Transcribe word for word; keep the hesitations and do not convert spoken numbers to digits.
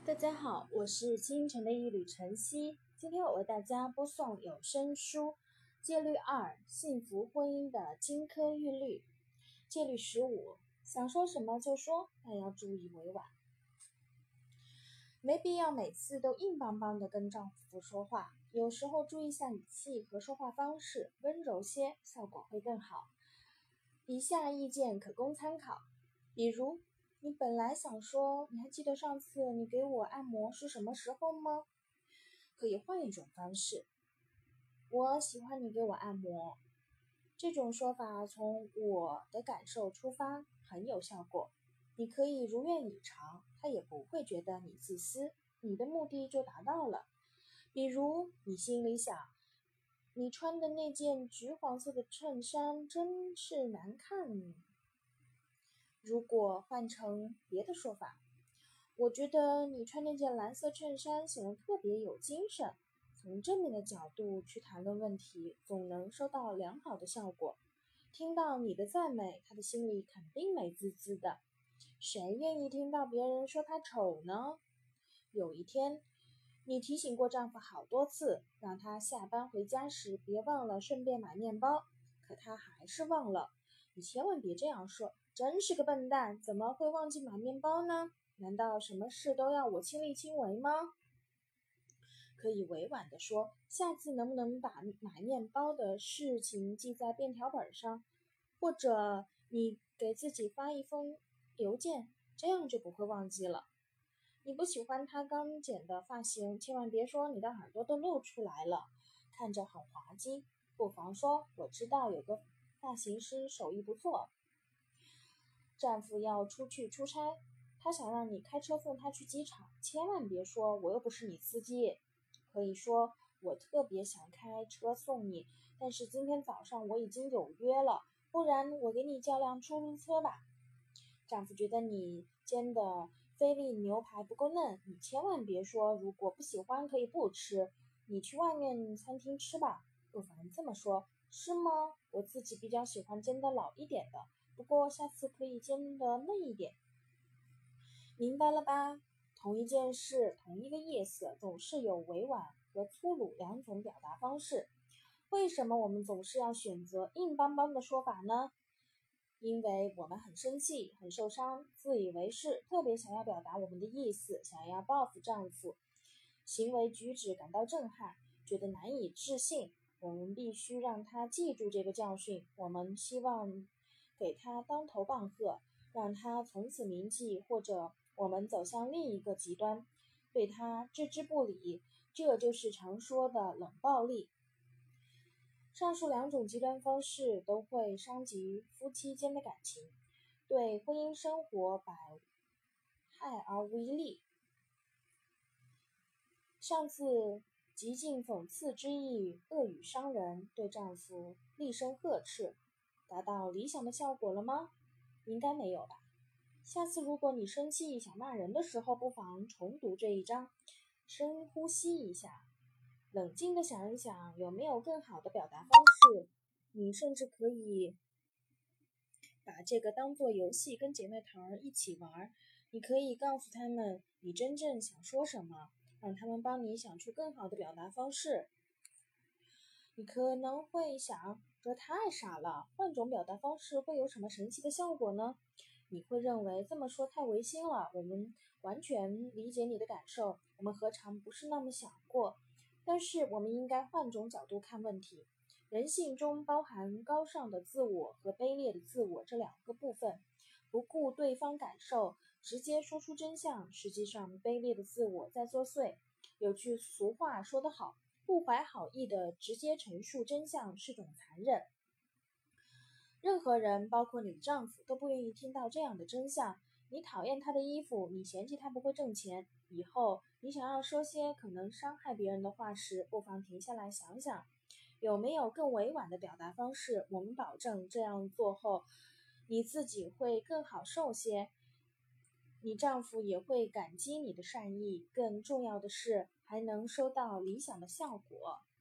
大家好，我是清晨的一缕晨曦。今天我为大家播送有声书《戒律二：幸福婚姻的金科玉律》。戒律十五：想说什么就说，但要注意委婉。没必要每次都硬邦邦地跟丈夫说话，有时候注意下语气和说话方式，温柔些，效果会更好。以下意见可供参考，比如你本来想说，你还记得上次你给我按摩是什么时候吗？可以换一种方式，我喜欢你给我按摩。这种说法从我的感受出发，很有效果。你可以如愿以偿，他也不会觉得你自私，你的目的就达到了。比如你心里想，你穿的那件橘黄色的衬衫真是难看。如果换成别的说法，我觉得你穿那件蓝色衬衫显得特别有精神。从正面的角度去谈论问题，总能收到良好的效果。听到你的赞美，他的心里肯定美滋滋的。谁愿意听到别人说他丑呢？有一天，你提醒过丈夫好多次，让他下班回家时别忘了顺便买面包，可他还是忘了。你千万别这样说，真是个笨蛋，怎么会忘记买面包呢？难道什么事都要我亲力亲为吗？可以委婉地说，下次能不能把买面包的事情记在便条本上，或者你给自己发一封邮件，这样就不会忘记了。你不喜欢他刚剪的发型，千万别说你的耳朵都露出来了，看着很滑稽，不妨说我知道有个发型师手艺不错。丈夫要出去出差，他想让你开车送他去机场，千万别说我又不是你司机。可以说我特别想开车送你，但是今天早上我已经有约了，不然我给你叫辆出租车吧。丈夫觉得你煎的菲力牛排不够嫩，你千万别说如果不喜欢可以不吃，你去外面餐厅吃吧。不妨这么说，是吗？我自己比较喜欢煎的老一点的，不过下次可以煎的嫩一点。明白了吧？同一件事，同一个意思，总是有委婉和粗鲁两种表达方式。为什么我们总是要选择硬邦邦的说法呢？因为我们很生气，很受伤，自以为是，特别想要表达我们的意思，想要报复丈夫，行为举止感到震撼，觉得难以置信。我们必须让他记住这个教训，我们希望给他当头棒喝，让他从此铭记，或者我们走向另一个极端，对他置之不理，这就是常说的冷暴力。上述两种极端方式都会伤及夫妻间的感情，对婚姻生活百害而无一利。上次极尽讽刺之意，恶语伤人，对丈夫厉声呵斥，达到理想的效果了吗？应该没有吧。下次如果你生气想骂人的时候，不妨重读这一章，深呼吸一下，冷静地想一想有没有更好的表达方式。你甚至可以把这个当作游戏，跟姐妹淘一起玩。你可以告诉他们你真正想说什么，让他们帮你想出更好的表达方式。你可能会想，这太傻了，换种表达方式会有什么神奇的效果呢？你会认为这么说太违心了，我们完全理解你的感受，我们何尝不是那么想过？但是我们应该换种角度看问题。人性中包含高尚的自我和卑劣的自我这两个部分，不顾对方感受，直接说出真相，实际上卑劣的自我在作祟。有句俗话说得好，不怀好意的直接陈述真相是种残忍。任何人，包括你的丈夫，都不愿意听到这样的真相。你讨厌他的衣服，你嫌弃他不会挣钱，以后你想要说些可能伤害别人的话时，不妨停下来想想，有没有更委婉的表达方式。我们保证这样做后，你自己会更好受些，你丈夫也会感激你的善意，更重要的是还能收到理想的效果。